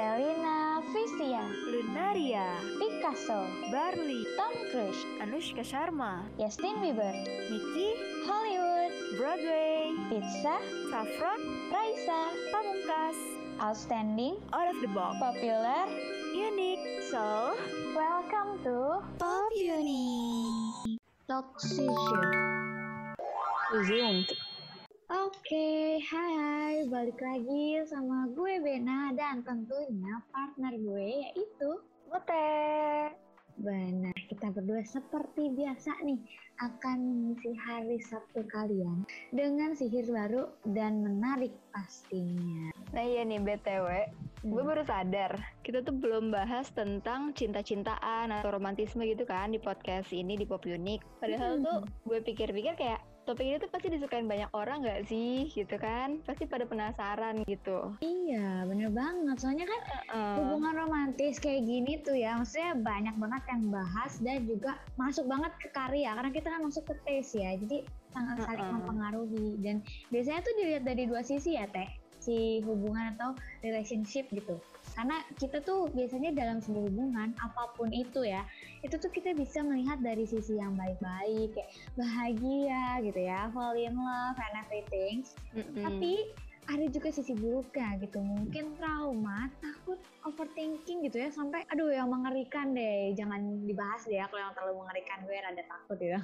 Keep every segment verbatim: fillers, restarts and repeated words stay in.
Selina Visia, Lunaria, Picasso, Barley, Tom Cruise, Anushka Sharma, Justin Bieber, Mickey, Hollywood, Broadway, Pizza, Saffron, Raisa, Pamungkas, Outstanding, Out of the Box, Popular. Unique, So, Welcome to Pop Uni. Toxism. Resumed. Oke, hai, balik lagi sama gue Bena dan tentunya partner gue yaitu Bote. Benar, kita berdua seperti biasa nih akan mengisi hari Sabtu kalian dengan sihir baru dan menarik pastinya. Nah iya nih B T W, Hmm. gue baru sadar kita tuh belum bahas tentang cinta-cintaan atau romantisme gitu kan di podcast ini di Pop Unique. Padahal Hmm. tuh gue pikir-pikir kayak topik ini tuh pasti disukain banyak orang gak sih gitu kan. Pasti pada penasaran gitu. Iya, bener banget. Soalnya kan Uh, hubungan romantis kayak gini tuh ya, maksudnya banyak banget yang bahas dan juga masuk banget ke karya. Karena kita kan masuk ke taste ya, jadi sangat saling Uh-uh. mempengaruhi. Dan biasanya tuh dilihat dari dua sisi ya Teh, si hubungan atau relationship gitu. Karena kita tuh biasanya dalam sebuah hubungan, apapun itu ya, itu tuh kita bisa melihat dari sisi yang baik-baik, kayak bahagia gitu ya, fall in love and everything. mm-mm. Tapi ada juga sisi buruknya gitu, mungkin trauma, takut, overthinking gitu ya, sampai aduh yang mengerikan deh, jangan dibahas deh ya kalau yang terlalu mengerikan, gue rada takut ya.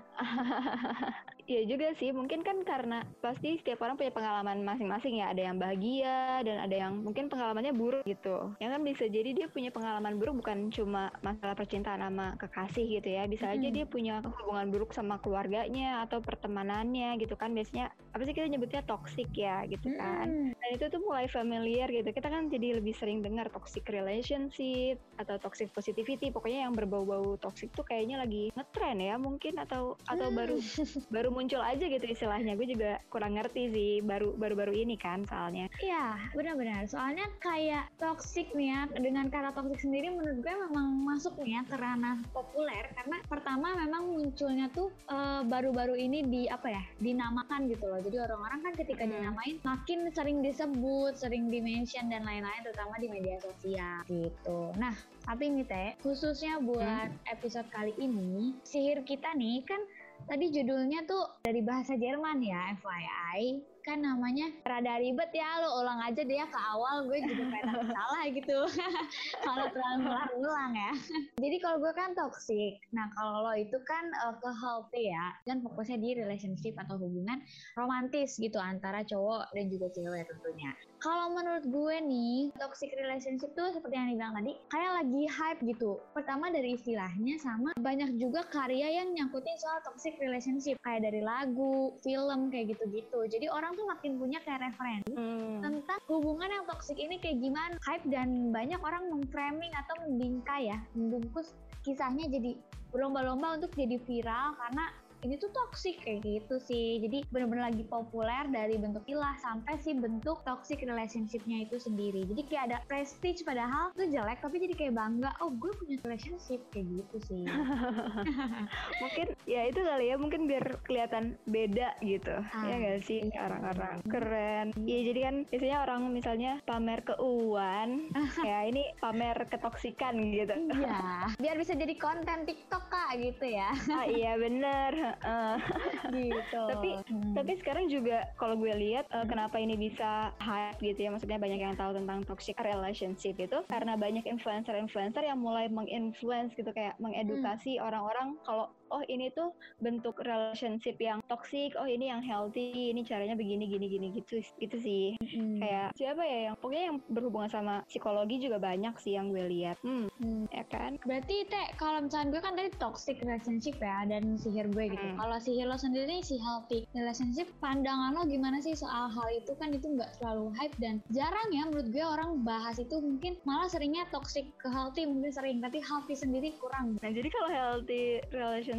Iya juga sih, mungkin kan karena pasti setiap orang punya pengalaman masing-masing ya. Ada yang bahagia dan ada yang mungkin pengalamannya buruk gitu. Yang kan bisa jadi dia punya pengalaman buruk bukan cuma masalah percintaan sama kekasih gitu ya. Bisa aja Mm-mm. dia punya hubungan buruk sama keluarganya atau pertemanannya gitu kan. Biasanya apa sih kita nyebutnya toxic ya gitu kan. Mm-mm. Dan itu tuh mulai familiar gitu. Kita kan jadi lebih sering dengar toxic relationship atau toxic positivity. Pokoknya yang berbau-bau toxic tuh kayaknya lagi ngetren ya mungkin atau atau Hmm. baru baru muncul aja gitu istilahnya. Gue juga kurang ngerti sih baru baru-baru ini kan soalnya. Iya, benar-benar. Soalnya kayak toxic nih ya, dengan kata toxic sendiri menurut gue memang masuk nih ya ke ranah populer karena pertama memang munculnya tuh eh, baru-baru ini di apa ya, dinamakan gitu loh. Jadi orang-orang kan ketika Hmm. dinamain makin sering disebut, sering di-mention dan lain-lain terutama di media sosial gitu. Nah, tapi nih Teh, khususnya buat episode kali ini, sihir kita nih kan tadi judulnya tuh dari bahasa Jerman ya, F Y I. Kan namanya rada ribet ya, lo ulang aja deh ya ke awal, gue juga kayak takut salah gitu. Kalau terlalu ngulang ya. Jadi kalau gue kan toxic, nah kalau lo itu kan uh, ke healthy ya, dan fokusnya di relationship atau hubungan romantis gitu antara cowok dan juga cewek tentunya. Kalau menurut gue nih, toxic relationship tuh seperti yang dibilang tadi, kayak lagi hype gitu. Pertama dari istilahnya, sama banyak juga karya yang nyangkutin soal toxic relationship, kayak dari lagu, film, kayak gitu-gitu. Jadi orang tuh makin punya kayak referensi Hmm. tentang hubungan yang toksik ini kayak gimana, hype, dan banyak orang memframing atau membingkai ya, membungkus kisahnya jadi berlomba-lomba untuk jadi viral karena ini tuh toxic kayak gitu sih. Jadi benar-benar lagi populer dari bentuk ilah sampai si bentuk toxic relationship-nya itu sendiri. Jadi kayak ada prestige padahal itu jelek tapi jadi kayak bangga, oh gue punya relationship kayak gitu sih. Mungkin ya itu kali ya, mungkin biar kelihatan beda gitu. Ah, Ya gak sih iya. orang-orang keren. Iya jadi kan biasanya orang misalnya pamer keuuan, ya ini pamer ketoksikan gitu. Iya, biar bisa jadi konten TikTok kak gitu ya. Ah iya bener. Heeh. Gitu. tapi Hmm. tapi sekarang juga kalau gue lihat uh, kenapa ini bisa hype gitu ya, maksudnya banyak yang tahu tentang toxic relationship itu karena banyak influencer-influencer yang mulai menginfluence gitu, kayak mengedukasi orang-orang kalau oh ini tuh bentuk relationship yang toxic, oh ini yang healthy, ini caranya begini gini gini gitu gitu sih. Hmm. Kayak siapa ya yang pokoknya yang berhubungan sama psikologi juga banyak sih yang gue lihat. Hmm, Hmm. ya kan? Berarti Teh, kalau misalnya gue kan tadi toxic relationship ya, dan sihir gue gitu. Hmm. Kalau sihir lo sendiri si healthy relationship, pandangan lo gimana sih soal hal itu? Kan itu nggak selalu hype dan jarang ya menurut gue orang bahas itu, mungkin malah seringnya toxic ke healthy mungkin sering, tapi healthy sendiri kurang. Nah jadi kalau healthy relationship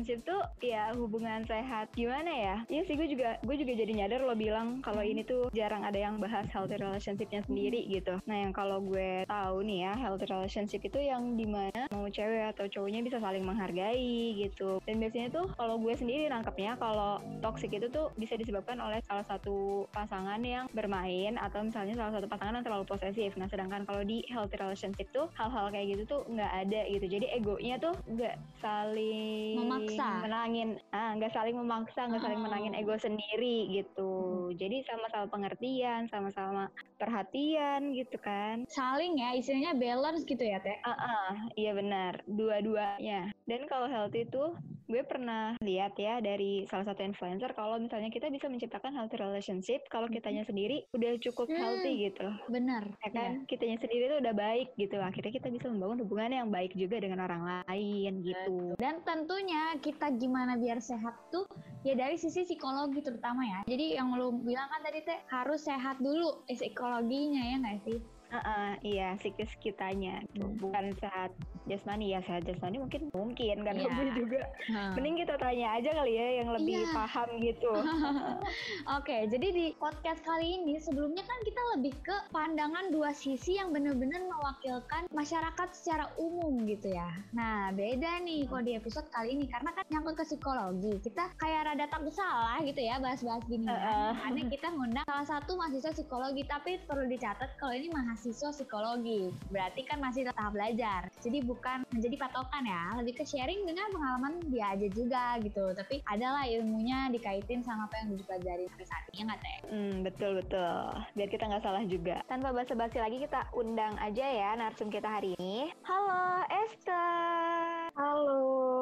relationship tuh ya hubungan sehat. Gimana ya? Iya sih, gue juga gue juga jadi nyadar lo bilang kalau ini tuh jarang ada yang bahas healthy relationshipnya sendiri gitu. Nah, yang kalau gue tahu nih ya, healthy relationship itu yang dimana mau cewek atau cowoknya bisa saling menghargai gitu. Dan biasanya tuh kalau gue sendiri nangkepnya kalau toxic itu tuh bisa disebabkan oleh salah satu pasangan yang bermain atau misalnya salah satu pasangan yang terlalu posesif. Nah, sedangkan kalau di healthy relationship tuh hal-hal kayak gitu tuh nggak ada gitu. Jadi egonya tuh nggak saling Memaksa. menangin, ah nggak saling memaksa, nggak saling menangin ego sendiri gitu. Jadi sama-sama pengertian, sama-sama perhatian gitu kan. Saling ya, istilahnya balance gitu ya Teh. Ah, ah, iya benar, dua-duanya. Dan kalau healthy tuh gue pernah lihat ya dari salah satu influencer kalau misalnya kita bisa menciptakan healthy relationship kalau kitanya sendiri udah cukup Hmm, healthy gitu. benar. Ya kan, kitanya sendiri tuh udah baik gitu. Akhirnya kita bisa membangun hubungan yang baik juga dengan orang lain gitu. Dan tentunya kita gimana biar sehat tuh ya dari sisi psikologi terutama ya. Jadi yang lu bilang kan tadi Teh harus sehat dulu eh, psikologinya ya nggak sih? Uh-uh, iya, psikis kitanya Hmm. bukan sehat jasmani ya. Sehat jasmani mungkin mungkin kan Iya. gue juga. Hmm. Mending kita tanya aja kali ya yang lebih Iya. paham gitu. Oke, jadi di podcast kali ini sebelumnya kan kita lebih ke pandangan dua sisi yang benar-benar mewakilkan masyarakat secara umum gitu ya. Nah, beda nih kalau di episode kali ini karena kan nyangkut ke psikologi. Kita kayak rada takut salah gitu ya bahas-bahas gini. Uh-uh. Karena kita ngundang salah satu mahasiswa psikologi, tapi perlu dicatat kalau ini mahasiswa psikologi. Berarti kan masih tahap belajar. Jadi bukan menjadi patokan ya, lebih ke sharing dengan pengalaman dia aja juga gitu. Tapi adalah ilmunya dikaitin sama apa yang dipelajari sampai saat ini, nggak Teh? Hmm, betul betul. Biar kita nggak salah juga. Tanpa basa-basi lagi kita undang aja ya narsum kita hari ini. Halo Esther. Halo.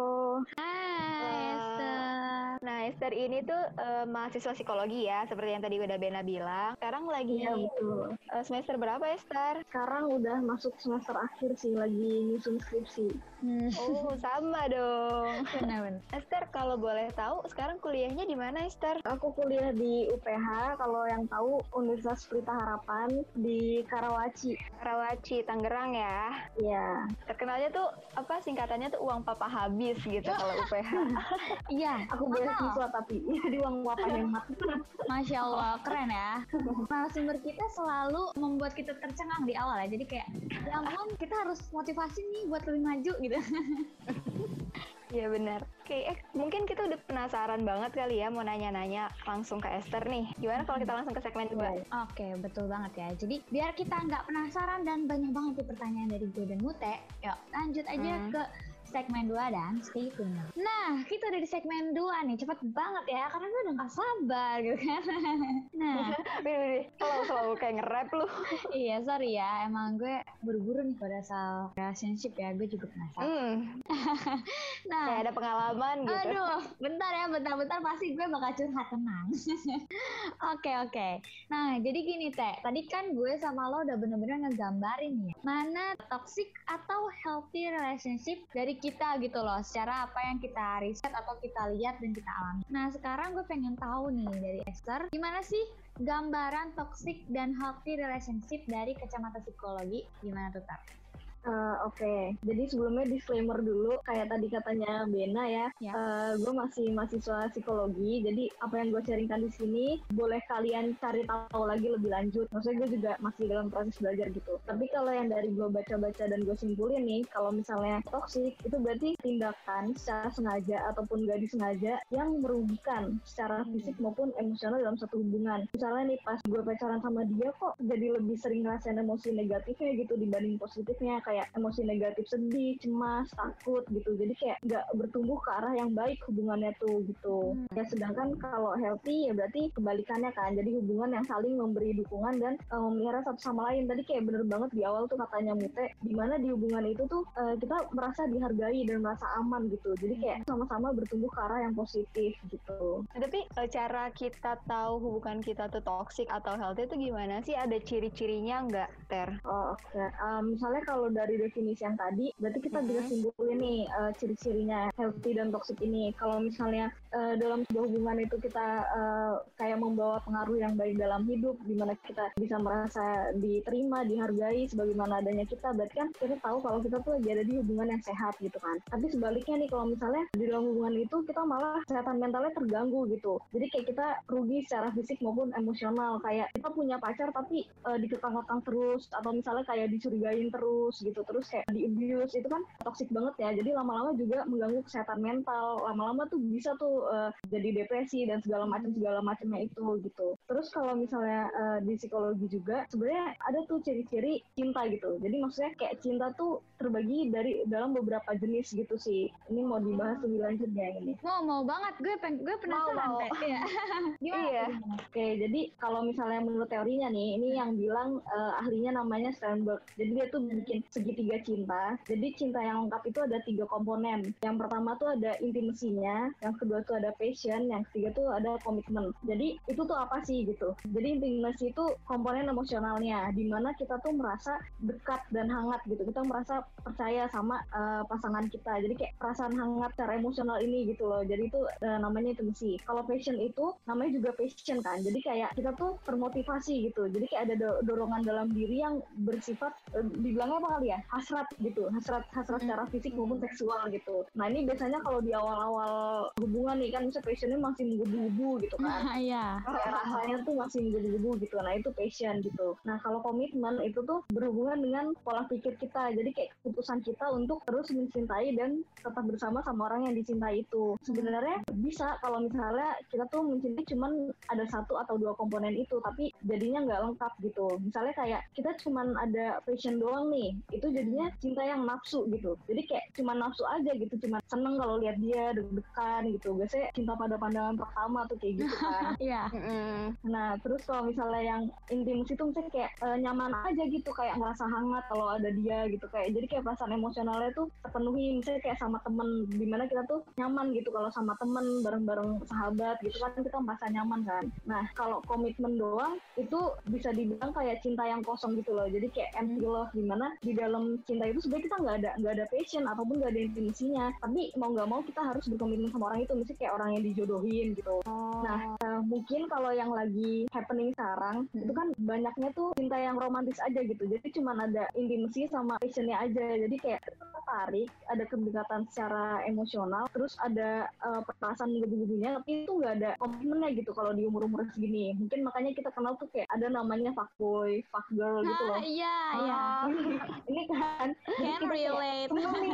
Hai Esther. Nah, Esther ini tuh uh, mahasiswa psikologi ya, seperti yang tadi udah Bena bilang. Sekarang lagi Iya betul. uh, semester berapa Esther? Sekarang udah masuk semester akhir sih, lagi nyusun skripsi. Hmm. Oh, sama dong. Benar-benar. Esther, kalau boleh tahu sekarang kuliahnya di mana Esther? Aku kuliah di U P H, kalau yang tahu Universitas Pelita Harapan di Karawaci. Karawaci, Tangerang ya. Iya. Terkenalnya tuh apa singkatannya tuh uang papa habis gitu kalau U P H. Iya, Aku beasiswa tapi jadi uang papa hemat. Masya Allah, keren ya. Narasumber kita selalu membuat kita tercengang di awal ya. Jadi kayak, ya ampun kita harus motivasi nih buat lebih maju gitu. Iya benar. Oke, eh mungkin kita udah penasaran banget kali ya mau nanya-nanya langsung ke Esther nih. Gimana kalau kita langsung ke segmen dua? Oke, betul banget ya. Jadi biar kita nggak penasaran dan banyak banget nih pertanyaan dari gue dan Mute, yuk lanjut aja Hmm. ke segmen dua dan stay tune. Nah, kita udah di segmen dua nih. Cepet banget ya, karena gue udah gak sabar gitu kan. Nah, Wih, selalu, selalu kayak nge-rap lu. iya sorry ya, emang gue buru-buru nih pada soal relationship ya, gue juga penasaran. Hmm, Nah, kayak ada pengalaman gitu. aduh, bentar ya, bentar-bentar pasti gue bakal curhat, tenang. Oke, oke. Nah, jadi gini Teh, tadi kan gue sama lo udah bener-bener ngegambarin ya, mana toxic atau healthy relationship dari kita gitu loh, secara apa yang kita riset atau kita lihat dan kita alami. Nah, sekarang gue pengen tahu nih dari Esther, gimana sih gambaran toxic dan healthy relationship dari kacamata psikologi? Gimana tuh, Tar? Uh, Oke, okay. Jadi sebelumnya disclaimer dulu, kayak tadi katanya Bena ya, ya. Uh, gue masih mahasiswa psikologi, jadi apa yang gue sharingkan di sini boleh kalian cari tahu lagi lebih lanjut. Maksudnya gue juga masih dalam proses belajar gitu. Tapi kalau yang dari gue baca-baca dan gue simpulin nih, kalau misalnya toksik itu berarti tindakan secara sengaja ataupun gak disengaja yang merugikan secara fisik maupun emosional dalam satu hubungan. Misalnya nih pas gue pacaran sama dia kok jadi lebih sering ngerasain emosi negatifnya gitu dibanding positifnya, kayak emosi negatif, sedih, cemas, takut gitu. Jadi kayak nggak bertumbuh ke arah yang baik hubungannya tuh gitu. Hmm. Ya sedangkan kalau healthy ya berarti kebalikannya kan. Jadi hubungan yang saling memberi dukungan dan uh, memelihara satu sama lain. Tadi kayak bener banget di awal tuh katanya Mute, dimana di hubungan itu tuh uh, kita merasa dihargai dan merasa aman gitu. Jadi kayak sama-sama bertumbuh ke arah yang positif gitu. Tapi uh, cara kita tahu hubungan kita tuh toxic atau healthy itu gimana sih? Ada ciri-cirinya nggak, Ter? Oh, oke. Okay. Um, misalnya kalau dari definisi yang tadi, berarti kita Mm-hmm. bisa simpulin nih uh, ciri-cirinya healthy dan toxic ini. Kalau misalnya uh, dalam sebuah hubungan itu kita uh, kayak membawa pengaruh yang baik dalam hidup, dimana kita bisa merasa diterima, dihargai sebagaimana adanya kita, berarti kan kita tahu kalau kita tuh lagi ada di hubungan yang sehat gitu kan. Tapi sebaliknya nih, kalau misalnya di dalam hubungan itu kita malah kesehatan mentalnya terganggu gitu, jadi kayak kita rugi secara fisik maupun emosional, kayak kita punya pacar tapi uh, dikekang-kekang terus, atau misalnya kayak dicurigain terus gitu, terus kayak di abuse, itu kan toksik banget ya. Jadi lama-lama juga mengganggu kesehatan mental, lama-lama tuh bisa tuh uh, jadi depresi dan segala macam segala macamnya itu gitu. Terus kalau misalnya uh, di psikologi juga sebenarnya ada tuh ciri-ciri cinta gitu. Jadi maksudnya kayak cinta tuh terbagi dari dalam beberapa jenis gitu sih. Ini mau dibahas lebih lanjut ya ini. Mau mau banget, gue peng gue penasaran. Iya. Gimana? Iya. Oke, jadi kalau misalnya menurut teorinya nih, ini yang bilang uh, ahlinya namanya Sternberg. Jadi dia tuh bikin segitiga cinta. Jadi cinta yang lengkap itu ada tiga komponen. Yang pertama tuh ada intimasinya, yang kedua tuh ada passion, yang ketiga tuh ada komitmen. Jadi itu tuh apa sih gitu. Jadi intimasi itu komponen emosionalnya, di mana kita tuh merasa dekat dan hangat gitu. Kita merasa percaya sama uh, pasangan kita. Jadi kayak perasaan hangat secara emosional ini gitu loh. Jadi itu uh, namanya intimasi. Kalau passion itu namanya juga passion kan. Jadi kayak kita tuh termotivasi gitu. Jadi kayak ada do- dorongan dalam diri yang bersifat uh, dibilangnya apa kali ya? Hasrat gitu. Hasrat hasrat secara fisik maupun seksual gitu. Nah ini biasanya kalau di awal-awal hubungan nih kan, misalnya passionnya masih menggebu-gebu gitu kan. Iya. Kayak rasanya tuh masih menggebu-gebu gitu. Nah itu passion gitu. Nah kalau komitmen itu tuh berhubungan dengan pola pikir kita. Jadi kayak keputusan kita untuk terus mencintai dan tetap bersama sama orang yang dicintai itu. Sebenarnya bisa kalau misalnya kita tuh mencintai cuman ada satu atau dua komponen itu, tapi jadinya nggak lengkap gitu. Misalnya kayak kita cuman ada passion doang nih, itu jadinya cinta yang nafsu gitu. Jadi kayak cuma nafsu aja gitu, cuma seneng kalau lihat dia deg-degan gitu. Biasanya cinta pada pandangan pertama tuh kayak gitu kan. Iya. Nah terus kalau misalnya yang intimus itu misalnya kayak e, nyaman aja gitu, kayak ngerasa hangat kalau ada dia gitu, kayak jadi kayak perasaan emosionalnya tuh terpenuhi. Misalnya kayak sama temen, dimana kita tuh nyaman gitu kalau sama temen bareng-bareng sahabat gitu kan, kita merasa nyaman kan. Nah kalau komitmen doang itu bisa dibilang kayak cinta yang kosong gitu loh. Jadi kayak empty love, dimana di dalam cinta itu sebenarnya kita nggak ada nggak ada passion ataupun nggak ada intimasinya, tapi mau nggak mau kita harus berkomitmen sama orang itu, misalnya kayak orang yang dijodohin gitu. Oh. Nah uh, mungkin kalau yang lagi happening sekarang hmm. itu kan banyaknya tuh cinta yang romantis aja gitu. Jadi cuma ada intimasi sama passionnya aja. Jadi kayak tertarik, ada kedekatan secara emosional, terus ada uh, perasaan gebu-gebunya, tapi itu nggak ada komitmennya gitu kalau di umur-umur segini. Mungkin makanya kita kenal tuh kayak ada namanya fuckboy, fuckgirl gitu loh. Ah, iya, iya. Ah, ini kan Can relate.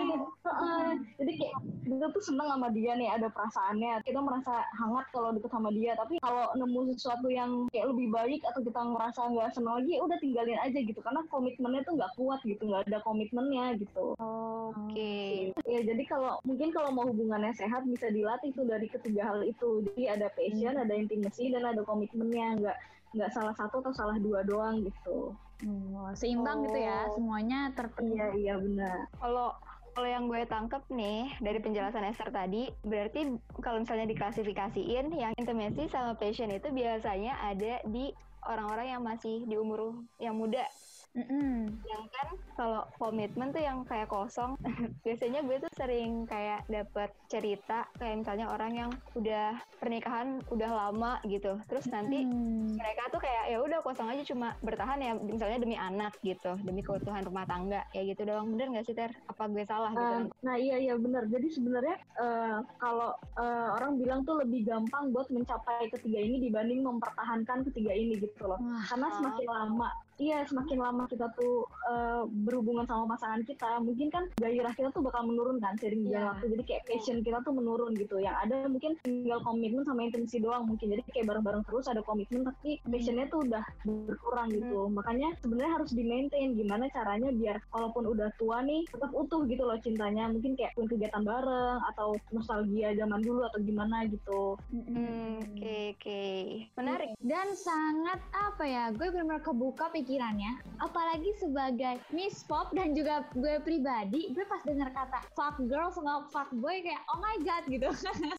uh, jadi kayak kita tuh seneng sama dia nih, ada perasaannya, kita merasa hangat kalau deket sama dia. Tapi kalau nemu sesuatu yang kayak lebih baik atau kita ngerasa nggak seneng lagi, ya udah tinggalin aja gitu, karena komitmennya tuh nggak kuat gitu, nggak ada komitmennya gitu. Oke. Okay. Ya jadi kalau mungkin kalau mau hubungannya sehat bisa dilatih tuh dari ketiga hal itu. Jadi ada passion, hmm. ada intimasi, dan ada komitmennya. Nggak nggak salah satu atau salah dua doang gitu. Oh, seimbang oh. gitu ya, semuanya terpenuhi. Iya iya benar. Kalau kalau yang gue tangkep nih dari penjelasan Esther tadi, berarti kalau misalnya diklasifikasiin, yang intimacy sama passion itu biasanya ada di orang-orang yang masih di umur yang muda. Mm-mm. Yang kan kalau komitmen tuh yang kayak kosong. Biasanya gue tuh sering kayak dapet cerita kayak misalnya orang yang udah pernikahan udah lama gitu, terus nanti mm. mereka tuh kayak ya udah kosong aja, cuma bertahan ya misalnya demi anak gitu, demi keutuhan rumah tangga kayak gitu doang. Bener nggak sih Ter? Apa gue salah gitu? Uh, nah iya iya bener. Jadi sebenarnya uh, kalau uh, orang bilang tuh lebih gampang buat mencapai ketiga ini dibanding mempertahankan ketiga ini gitu loh. Wah. Karena semakin lama Iya, semakin lama kita tuh uh, berhubungan sama pasangan kita, mungkin kan gairah kita tuh bakal menurun kan seiring berjalan yeah. waktu. Jadi kayak passion kita tuh menurun gitu. Yang ada mungkin tinggal komitmen sama intimasi doang mungkin. Jadi kayak bareng-bareng terus ada komitmen, tapi passionnya tuh udah berkurang gitu. Hmm. Makanya sebenarnya harus di-maintain gimana caranya biar walaupun udah tua nih tetap utuh gitu loh cintanya. Mungkin kayak kegiatan bareng atau nostalgia zaman dulu atau gimana gitu. Oke hmm, oke, okay, okay. Menarik dan sangat apa ya? Gue benar-benar kebuka pikirannya, apalagi sebagai Miss Pop dan juga gue pribadi, gue pas denger kata fuck girl sama fuck boy kayak oh my god gitu.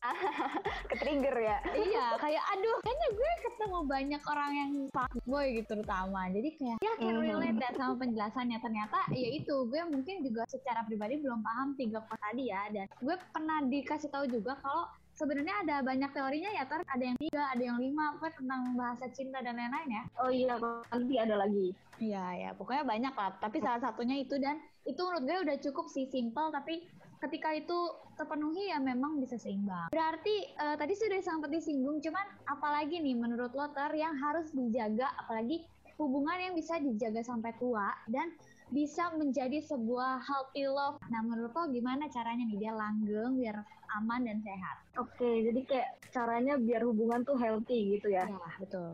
Ketrigger ya. Iya, kayak aduh, kayaknya gue ketemu banyak orang yang fuck boy gitu terutama. Jadi kayak ya can relate mm-hmm. sama penjelasannya. Ternyata ya itu, gue mungkin juga secara pribadi belum paham tiga kata tadi ya, dan gue pernah dikasih tahu juga kalau sebenarnya ada banyak teorinya ya, Tar. Ada yang tiga, ada yang lima, apa tentang bahasa cinta dan lain-lain ya. Oh iya, nanti ada lagi. Iya, ya, pokoknya banyak lah. Tapi salah satunya itu, dan itu menurut gue udah cukup sih, simple, tapi ketika itu terpenuhi ya memang bisa seimbang. Berarti uh, tadi sudah sempat disinggung, cuman apalagi nih menurut lo, Ter, yang harus dijaga, apalagi hubungan yang bisa dijaga sampai tua dan bisa menjadi sebuah healthy love. Nah, menurut lo gimana caranya nih dia langgeng biar aman dan sehat? Oke, jadi kayak caranya biar hubungan tuh healthy gitu ya. Ya, betul.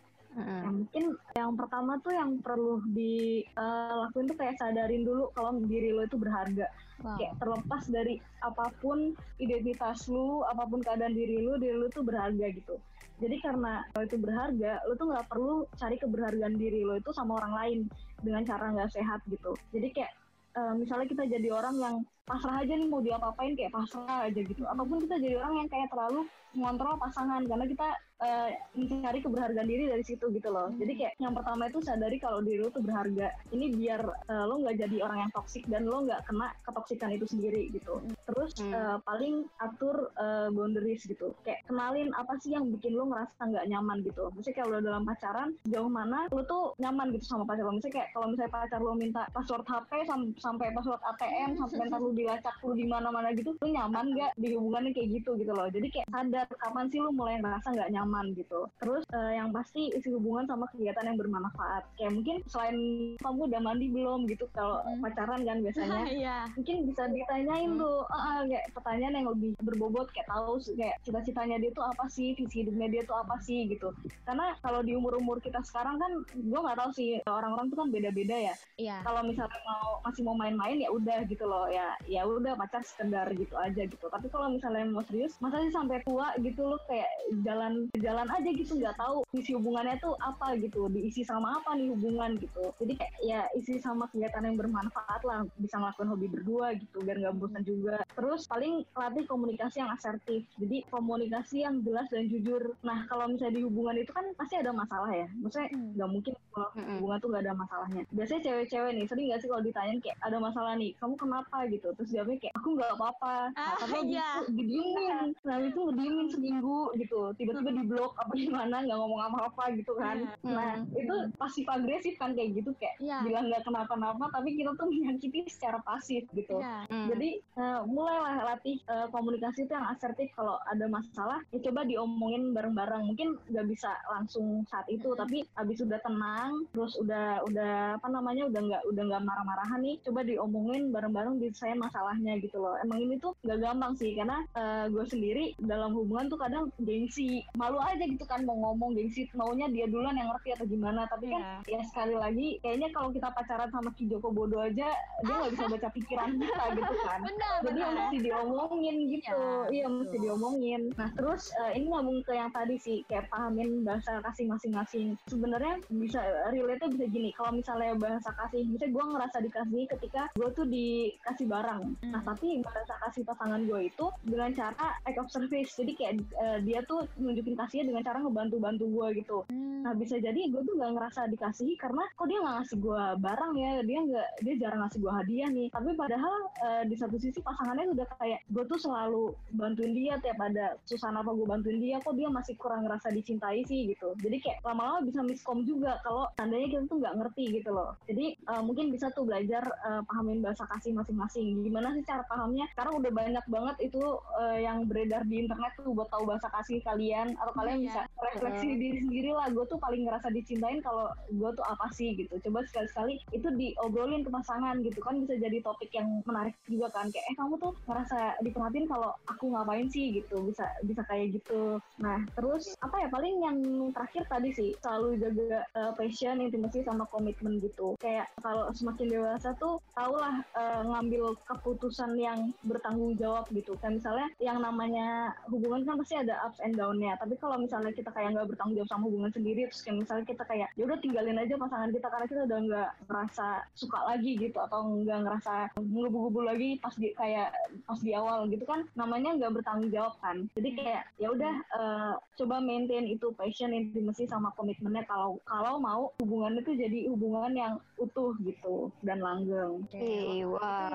Ya, mungkin yang pertama tuh yang perlu dilakuin uh, tuh kayak sadarin dulu kalau diri lo itu berharga. Wow. Kayak terlepas dari apapun identitas lu, apapun keadaan diri lu, diri lu tuh berharga gitu. Jadi karena lo itu berharga, lo tuh nggak perlu cari keberhargaan diri lo itu sama orang lain dengan cara nggak sehat gitu. Jadi kayak uh, misalnya kita jadi orang yang pasrah aja nih, mau diapa-apain kayak pasrah aja gitu. Ataupun kita jadi orang yang kayak terlalu mengontrol pasangan karena kita uh, mencari keberhargaan diri dari situ gitu loh. Jadi kayak yang pertama itu sadari kalau diri lo tuh berharga. Ini biar uh, lo nggak jadi orang yang toksik dan lo nggak kena ketoksikan itu sendiri gitu. Terus hmm. uh, paling atur uh, boundaries gitu. Kayak kenalin apa sih yang bikin lo ngerasa nggak nyaman gitu. Misalnya kalau dalam pacaran sejauh mana lo tuh nyaman gitu sama pacar lo. Misalnya kayak kalau misalnya pacar lo minta password H P sam- sampai password A T M sampai ntar lo dilacak lo di mana-mana gitu, lo nyaman nggak di hubungannya kayak gitu gitu loh. Jadi kayak sadar kapan sih lu mulai ngerasa nggak nyaman gitu. Terus uh, yang pasti isi hubungan sama kegiatan yang bermanfaat. Kayak mungkin selain kamu udah mandi belum gitu kalau mm. pacaran kan biasanya. yeah. Mungkin bisa ditanyain mm. tuh uh, kayak pertanyaan yang lebih berbobot, kayak tahu kayak cita-citanya dia tuh apa sih, visi hidupnya dia tuh apa sih gitu. Karena kalau di umur-umur kita sekarang kan gue nggak tahu sih, orang-orang tuh kan beda-beda ya. Yeah. Kalau misalnya mau masih mau main-main ya udah gitu loh, ya ya udah pacar sekedar gitu aja gitu. Tapi kalau misalnya mau serius, masa sih sampai tua gitu lo kayak jalan jalan aja gitu, nggak tahu isi hubungannya tuh apa gitu, diisi sama apa nih hubungan gitu. Jadi kayak ya isi sama kegiatan yang bermanfaat lah, bisa ngelakuin hobi berdua gitu biar nggak bosan juga. Terus paling latih komunikasi yang asertif, jadi komunikasi yang jelas dan jujur. Nah kalau misalnya di hubungan itu kan pasti ada masalah ya, maksudnya nggak hmm. mungkin kalau hubungan tuh nggak ada masalahnya. Biasanya cewek-cewek nih sering nggak sih kalau ditanyain kayak ada masalah nih, kamu kenapa gitu, terus jawabnya kayak aku nggak apa-apa. Nah, tapi ah, iya. itu didiemin, nah itu ngediemin seminggu gitu, tiba-tiba di blok apa gimana, nggak ngomong apa-apa gitu kan. Yeah. Nah hmm. itu pasif agresif kan kayak gitu, kayak yeah. bilang nggak kenapa-napa tapi kita tuh menyakiti secara pasif gitu. Yeah. Hmm. Jadi uh, mulailah latih uh, komunikasi itu yang asertif. Kalau ada masalah ya coba diomongin bareng-bareng, mungkin nggak bisa langsung saat itu, hmm. tapi abis udah tenang, terus udah udah apa namanya udah nggak udah nggak marah-marahan nih, coba diomongin bareng-bareng, diselesain masalahnya gitu loh. Emang ini tuh nggak gampang sih, karena uh, gue sendiri dalam hubungan tuh kadang gengsi, malu aja gitu kan mau ngomong, gengsi maunya dia duluan yang ngerti atau gimana. Tapi kan yeah. ya sekali lagi kayaknya kalau kita pacaran sama Ki Joko Bodo aja dia nggak bisa baca pikiran kita gitu kan. Benar, jadi benar. Mesti diomongin gitu, iya, iya mesti diomongin. Nah terus uh, ini nyambung ke yang tadi sih, kayak pahamin bahasa kasih masing-masing. Sebenarnya bisa relate bisa gini, kalau misalnya bahasa kasih, misalnya gue ngerasa dikasih ketika gue tuh dikasih barang, hmm. nah tapi bahasa kasih pasangan gue itu dengan cara act of service, jadi kayak uh, dia tuh nunjukin kasihnya dengan cara ngebantu-bantu gue gitu. Hmm. Nah bisa jadi gue tuh nggak ngerasa dikasih karena kok dia nggak ngasih gue barang ya, dia nggak dia jarang ngasih gue hadiah nih. Tapi padahal uh, di satu sisi pasangannya udah kayak gue tuh selalu bantuin dia, tiap ada susah apa gue bantuin dia, kok dia masih kurang ngerasa dicintai sih gitu. Jadi kayak lama-lama bisa miskom juga kalau tandanya kita tuh nggak ngerti gitu loh. Jadi uh, mungkin bisa tuh belajar uh, pahamin bahasa kasih masing-masing. Gimana sih cara pahamnya? Karena udah banyak banget itu uh, yang beredar di internet tuh buat tahu bahasa kasih kalian, atau kalian yeah. bisa refleksi uh. diri sendiri lah, gue tuh paling ngerasa dicintain kalau gue tuh apa sih gitu. Coba sekali-sekali itu diobrolin ke pasangan gitu kan, bisa jadi topik yang menarik juga kan, kayak eh kamu tuh ngerasa diperhatiin kalau aku ngapain sih gitu, bisa bisa kayak gitu. Nah terus apa ya, paling yang terakhir tadi sih selalu jaga uh, passion, intimacy sama komitmen gitu. Kayak kalau semakin dewasa tuh tahulah uh, ngambil keputusan yang bertanggung jawab gitu. Kayak misalnya yang namanya hubungan kan pasti ada ups and down-nya, tapi kalau misalnya kita kayak nggak bertanggung jawab sama hubungan sendiri, terus kayak misalnya kita kayak ya udah tinggalin aja pasangan kita karena kita udah nggak ngerasa suka lagi gitu, atau nggak ngerasa ngebu-gebu lagi pas di kayak pas di awal gitu kan, namanya nggak bertanggung jawab kan. Jadi kayak ya udah uh, coba maintain itu passion, intimacy sama komitmennya kalau kalau mau hubungan itu jadi hubungan yang utuh gitu dan langgeng. Oke, okay, wow. Udah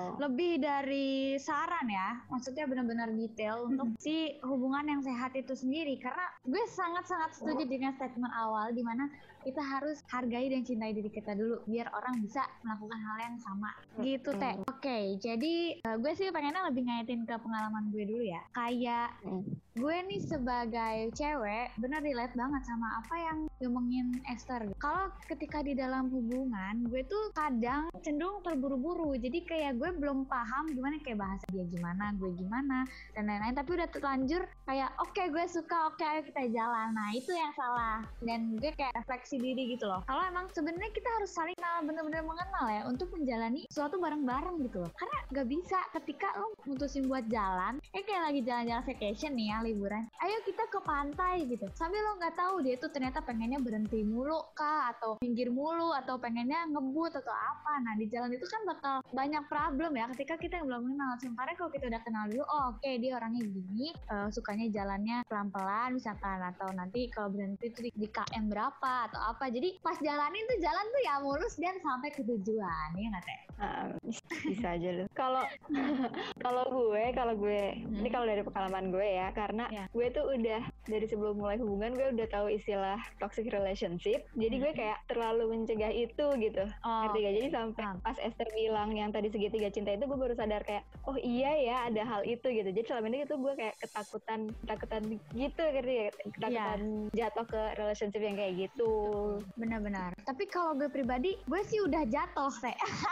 lebih dari saran ya, maksudnya benar-benar detail hmm. untuk si hubungan yang sehat itu sendiri. Karena gue sangat-sangat setuju dengan statement awal di mana kita harus hargai dan cintai diri kita dulu biar orang bisa melakukan hal yang sama gitu Teh. Oke, okay, jadi uh, gue sih pengennya lebih ngaitin ke pengalaman gue dulu ya. Kayak gue nih sebagai cewek bener relate banget sama apa yang ngomongin Esther. Kalau ketika di dalam hubungan gue tuh kadang cenderung terburu-buru. Jadi kayak gue belum paham gimana kayak bahasa dia gimana, gue gimana dan lain-lain. Tapi udah terlanjur kayak oke okay, gue suka, oke okay, ayo kita jalan. Nah itu yang salah. Dan gue kayak refleksi diri gitu loh. Kalau emang sebenarnya kita harus saling kenal, bener-bener mengenal ya untuk menjalani sesuatu bareng-bareng gitu loh. Karena gak bisa ketika lo mutusin buat jalan, eh kayak lagi jalan-jalan vacation nih ya, liburan. Ayo kita ke pantai gitu. Sambil lo nggak tahu dia tuh ternyata pengennya berhenti mulu kah, atau pinggir mulu, atau pengennya ngebut atau apa. Nah di jalan itu kan bakal banyak problem ya ketika kita belum kenal. Sementara kalau kita udah kenal dulu, oh oke okay, dia orangnya gini, uh, sukanya jalannya pelan-pelan misalkan, atau nanti kalau berhenti tuh di, di K M berapa atau apa. Jadi pas jalanin tuh jalan tuh ya mulus dan sampai ke tujuan, ya nggak Teh? Uh, bisa aja loh. Kalau kalau gue, kalau gue, hmm. ini kalau dari pengalaman gue ya, karena yeah. gue tuh udah dari sebelum mulai hubungan gue udah tahu istilah toxic relationship. Jadi hmm. gue kayak terlalu mencegah itu gitu. Oh, ngerti gak? Jadi sampai hmm. pas Esther bilang yang tadi segitiga cinta itu, gue baru sadar kayak, oh iya ya ada hal itu gitu. Jadi selama ini itu gue kayak ketakutan, ketakutan gitu, ngerti gak? Ketakutan yeah. jatuh ke relationship yang kayak gitu. Benar-benar. Tapi kalau gue pribadi, gue sih udah jatuh Teh.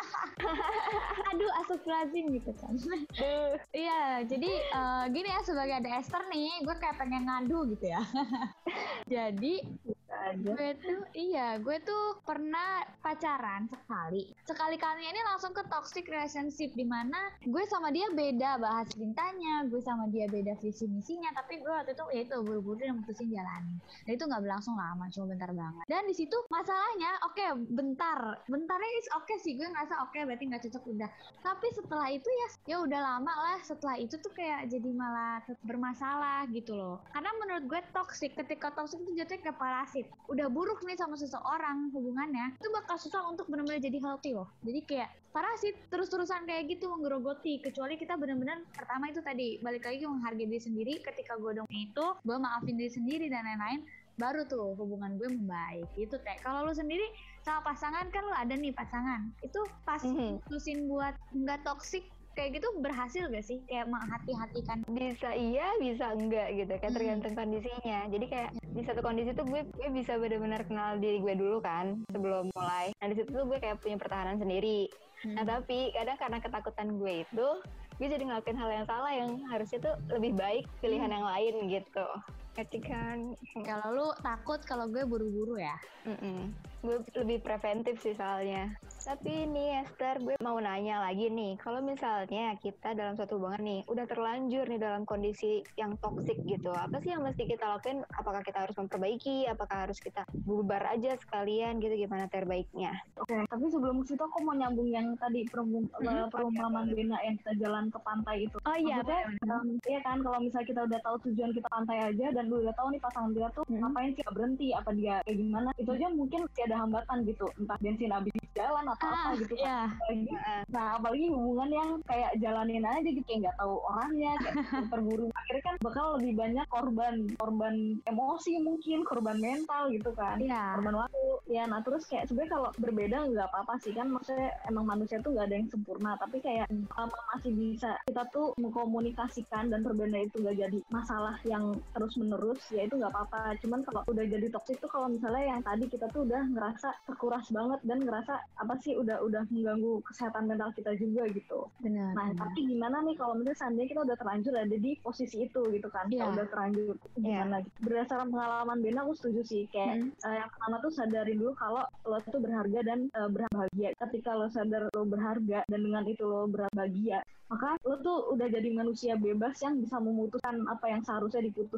Aduh astagfirullahaladzim gitu kan. Iya, jadi uh, gini ya, sebagai ada Esther nih, gue kayak pengen ngadu gitu ya. Jadi gue tuh iya gue tuh pernah pacaran sekali sekali kalinya ini langsung ke toxic relationship, dimana gue sama dia beda bahas cintanya, gue sama dia beda visi misinya, tapi gue waktu itu ya itu buru-buru dan mutusin jalanin. Dan itu nggak berlangsung lama, cuma bentar banget. Dan di situ masalahnya oke okay, bentar bentarnya is oke okay sih, gue ngerasa oke okay, berarti nggak cocok udah. Tapi setelah itu ya ya udah lama lah, setelah itu tuh kayak jadi malah bermasalah gitu loh. Karena menurut gue toxic, ketika toxic itu jatuhnya kayak parasit. Udah buruk nih sama seseorang hubungannya, itu bakal susah untuk benar-benar jadi healthy loh. Jadi kayak parasit terus-terusan kayak gitu menggerogoti. Kecuali kita benar-benar pertama itu tadi balik lagi menghargai diri sendiri. Ketika gue dong itu gue maafin diri sendiri dan lain-lain, baru tuh hubungan gue membaik gitu Teh. Kalau lu sendiri sama pasangan kan lu ada nih pasangan, itu pas mm-hmm. mutusin buat nggak toksik kayak gitu berhasil gak sih? Kayak menghati-hatikan? Bisa iya, bisa enggak gitu. Kayak hmm. tergantung kondisinya. Jadi kayak di satu kondisi tuh gue, gue bisa benar-benar kenal diri gue dulu kan sebelum mulai. Nah di situ tuh gue kayak punya pertahanan sendiri. Hmm. Nah tapi kadang karena ketakutan gue itu, gue jadi ngelakuin hal yang salah yang harusnya tuh lebih baik pilihan hmm. yang lain gitu. Ngerti kan? Kalau lu takut kalau gue buru-buru ya? Mm-mm. Gue lebih preventif sih soalnya. Tapi nih Esther, gue mau nanya lagi nih, kalau misalnya kita dalam suatu hubungan nih, udah terlanjur nih dalam kondisi yang toksik gitu, apa sih yang mesti kita lakuin? Apakah kita harus memperbaiki? Apakah harus kita bubar aja sekalian gitu? Gimana terbaiknya? Oke, okay, tapi sebelum itu aku mau nyambung yang tadi perumpamaan perumpamaan Bena yang kita jalan ke pantai itu. Oh iya, maksudnya, um, iya kan kalau misalnya kita udah tahu tujuan kita pantai aja dan udah tahu nih pasangan dia tuh hmm. ngapain sih, berhenti apa dia kayak gimana, itu aja mungkin masih ada hambatan gitu, entah bensin habis di jalan atau ah, apa gitu kan. Yeah. Apalagi, nah apalagi hubungan yang kayak jalanin aja gitu, kayak nggak tahu orangnya, kayak terburu. Akhirnya kan bakal lebih banyak korban korban emosi, mungkin korban mental gitu kan, yeah. korban waktu ya. Nah terus kayak sebenarnya kalau berbeda nggak apa-apa sih kan, maksudnya emang manusia tuh nggak ada yang sempurna, tapi kayak selama masih bisa kita tuh mengkomunikasikan dan berbeda itu nggak jadi masalah yang terus menerus, ya itu nggak apa-apa. Cuman kalau udah jadi toksik tuh kalau misalnya yang tadi kita tuh udah ngerasa terkuras banget dan ngerasa apa sih udah udah mengganggu kesehatan mental kita juga gitu. Benar. Nah benar. Tapi gimana nih kalau misalnya seandainya kita udah terlanjur ada di posisi itu gitu kan, yeah. kita udah terlanjur gimana? Yeah. Berdasarkan pengalaman Bena aku setuju sih kayak hmm. uh, yang pertama tuh sadarin dulu kalau lo tuh berharga dan uh, berbahagia. Ketika lo sadar lo berharga dan dengan itu lo berbahagia, maka lo tuh udah jadi manusia bebas yang bisa memutuskan apa yang seharusnya diputuskan gitu.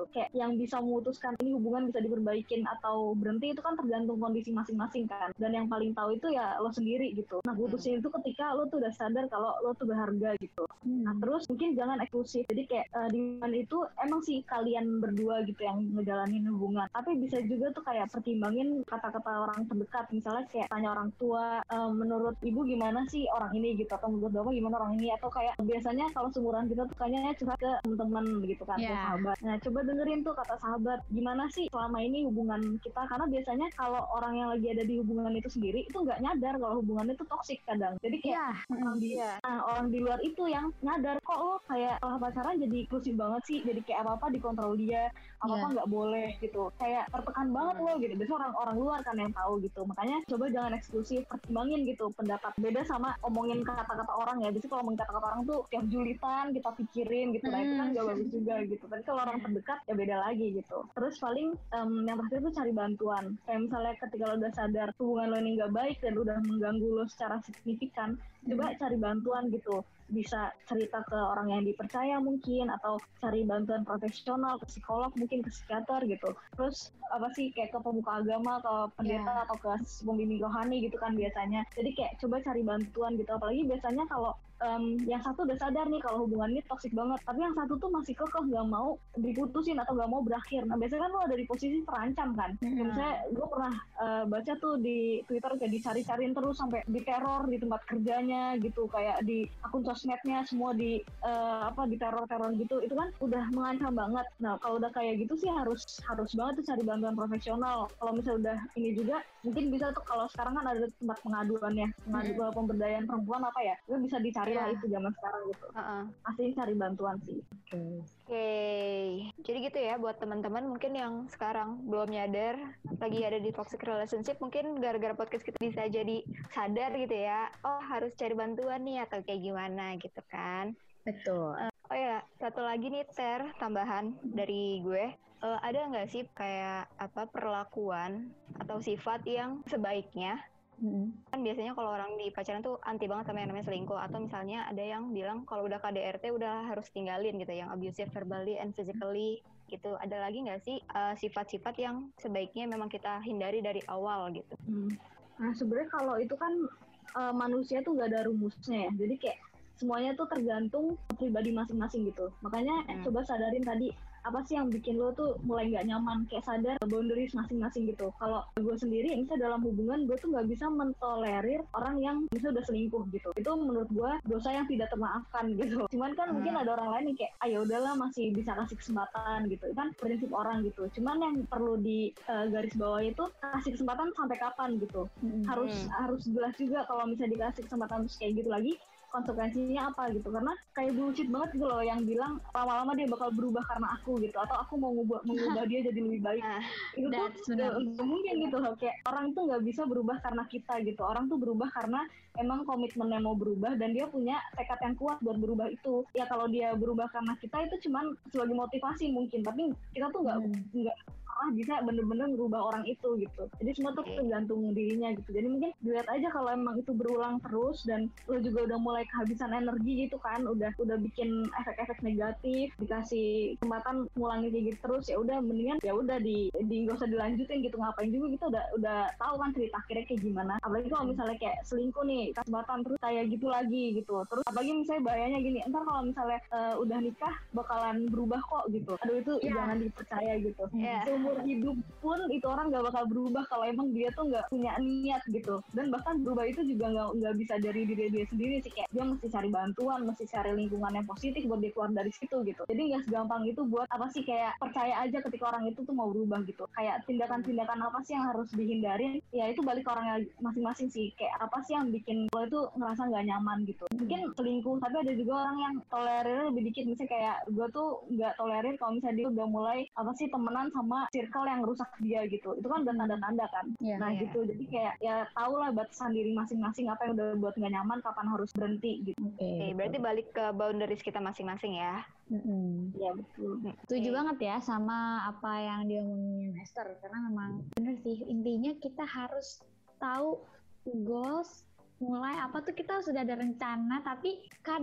gitu. Kayak yang bisa memutuskan ini hubungan bisa diperbaikin atau berhenti itu kan tergantung kondisi masing-masing kan. Dan yang paling tahu itu ya lo sendiri gitu. Nah putusin itu ketika lo tuh udah sadar kalau lo tuh berharga gitu. Nah terus mungkin jangan eksklusif. Jadi kayak uh, di hubungan itu emang sih kalian berdua gitu yang ngejalanin hubungan. Tapi bisa juga tuh kayak pertimbangin kata-kata orang terdekat. Misalnya kayak tanya orang tua, uh, menurut ibu gimana sih orang ini gitu, atau menurut bapak gimana orang ini, atau kayak biasanya kalau seumuran kita tuh kayaknya curhat ke teman-teman gitu kan, yeah. ke sahabat. Nah coba dengerin tuh kata sahabat, gimana sih selama ini hubungan kita, karena biasanya kalau orang yang lagi ada di hubungan itu sendiri itu nggak nyadar kalau hubungan itu toksik kadang. Jadi kayak yeah. orang di yeah. nah, orang di luar itu yang nyadar kok lo kayak kalau pacaran jadi eksklusif banget sih, jadi kayak apa-apa dikontrol dia, apa-apa nggak yeah. boleh gitu, kayak tertekan banget hmm. lo gitu. Biasanya orang-orang luar kan yang tahu gitu. Makanya coba jangan eksklusif, pertimbangin gitu pendapat. Beda sama omongin kata-kata orang ya. Biasanya kalau omongin kata-kata orang tuh tiap julitan kita pikirin gitu. Nah itu kan gak bagus juga gitu. Tapi kalau orang terdekat ya beda lagi gitu. Terus paling um, yang terakhir tuh cari bantuan. Kayak misalnya ketika lo udah sadar hubungan lo ini gak baik dan udah mengganggu lo secara signifikan, hmm. coba cari bantuan gitu. Bisa cerita ke orang yang dipercaya mungkin, atau cari bantuan profesional, ke psikolog mungkin, ke psikiater gitu. Terus apa sih kayak ke pemuka agama, ke pendeta yeah. atau ke pembimbing rohani gitu kan biasanya. Jadi kayak coba cari bantuan gitu. Apalagi biasanya kalau Um, yang satu udah sadar nih kalau hubungan ini toksik banget, tapi yang satu tuh masih kekeh nggak mau diputusin atau nggak mau berakhir. Nah biasanya kan lo ada di posisi terancam kan. Hmm. Kayak misalnya gue pernah uh, baca tuh di Twitter kayak dicari-cariin terus sampai diteror di tempat kerjanya gitu, kayak di akun sosmednya semua di uh, apa diteror-teror gitu. Itu kan udah mengancam banget. Nah kalau udah kayak gitu sih harus harus banget tuh cari bantuan profesional. Kalau misalnya udah ini juga mungkin bisa tuh, kalau sekarang kan ada tempat pengaduan ya, pengaduan hmm. pemberdayaan perempuan apa ya, itu bisa dicari lah yeah. itu zaman sekarang gitu. Uh-uh. Aslinya cari bantuan sih. Oke. Okay. Okay. Jadi gitu ya buat teman-teman mungkin yang sekarang belum nyadar lagi ada di toxic relationship, mungkin gara-gara podcast kita bisa jadi sadar gitu ya. Oh, harus cari bantuan nih atau kayak gimana gitu kan. Betul. Uh, oh ya, satu lagi nih Ter, tambahan dari gue. Uh, ada nggak sih kayak apa perlakuan atau sifat yang sebaiknya Hmm. kan biasanya kalau orang di pacaran tuh anti banget sama yang namanya selingkuh, atau misalnya ada yang bilang kalau udah K D R T udah harus tinggalin gitu, yang abusive verbally and physically gitu. Ada lagi nggak sih uh, sifat-sifat yang sebaiknya memang kita hindari dari awal gitu? Hmm. Nah sebenarnya kalau itu kan uh, manusia tuh gak ada rumusnya ya, jadi kayak semuanya tuh tergantung pribadi masing-masing gitu. Makanya hmm. coba sadarin tadi apa sih yang bikin lo tuh mulai nggak nyaman, kayak sadar boundaries masing-masing gitu. Kalau gue sendiri misalnya dalam hubungan gue tuh nggak bisa mentolerir orang yang misalnya udah selingkuh gitu. Itu menurut gue dosa yang tidak termaafkan gitu. Cuman kan hmm. mungkin ada orang lain yang kayak ayo udahlah masih bisa kasih kesempatan gitu. Itu kan prinsip orang gitu. Cuman yang perlu di uh, garis bawah itu kasih kesempatan sampai kapan gitu. Hmm. Harus harus jelas juga kalau misalnya dikasih kesempatan terus kayak gitu lagi, konsekuensinya apa gitu. Karena kayak bullshit banget gitu loh yang bilang lama-lama dia bakal berubah karena aku gitu, atau aku mau ngubah, mengubah dia jadi lebih baik. Nah, itu tuh nggak mungkin gitu loh. Kayak orang tuh nggak bisa berubah karena kita gitu. Orang tuh berubah karena emang komitmennya mau berubah dan dia punya tekad yang kuat buat berubah itu. Ya kalau dia berubah karena kita itu cuman sebagai motivasi mungkin, tapi kita tuh nggak nggak hmm. ah bisa bener-bener merubah orang itu gitu. Jadi semua tuh tergantung dirinya gitu. Jadi mungkin dilihat aja kalau emang itu berulang terus dan lo juga udah mulai kehabisan energi gitu kan, udah udah bikin efek-efek negatif, dikasih kesempatan ngulangi kayak gitu terus, ya udah mendingan ya udah di di nggak usah dilanjutin gitu. Ngapain juga gitu, udah udah tahu kan cerita akhirnya kayak gimana. Apalagi kalau misalnya kayak selingkuh nih, kesempatan terus kayak gitu lagi gitu. Terus apalagi misalnya bahayanya gini, entar kalau misalnya uh, udah nikah bakalan berubah kok gitu. Aduh itu yeah. jangan dipercaya gitu. Yeah. Seumur hidup pun itu orang nggak bakal berubah kalau emang dia tuh nggak punya niat gitu. Dan bahkan berubah itu juga nggak nggak bisa dari diri dia sendiri sih, kayak dia mesti cari bantuan, mesti cari lingkungan yang positif buat dia keluar dari situ gitu. Jadi nggak segampang itu buat apa sih kayak percaya aja ketika orang itu tuh mau berubah gitu. Kayak tindakan-tindakan apa sih yang harus dihindarin, ya itu balik ke orangnya masing-masing sih. Kayak apa sih yang bikin lo itu ngerasa nggak nyaman gitu. Mungkin selingkuh, tapi ada juga orang yang tolerir lebih dikit. Misalnya kayak gue tuh nggak tolerir kalau misalnya dia udah mulai apa sih temenan sama circle yang rusak dia gitu. Itu kan udah tanda-tanda kan. Yeah, nah yeah. gitu. Jadi kayak ya tau lah batasan diri masing-masing, apa yang udah buat nggak nyaman, kapan harus berhenti gitu. Oke, okay, berarti balik ke boundaries kita masing-masing ya. Mm-hmm. Ya betul. Setuju okay. banget ya sama apa yang diomongin Esther, karena memang bener sih, intinya kita harus tahu goals, mulai apa tuh kita sudah ada rencana, tapi kadang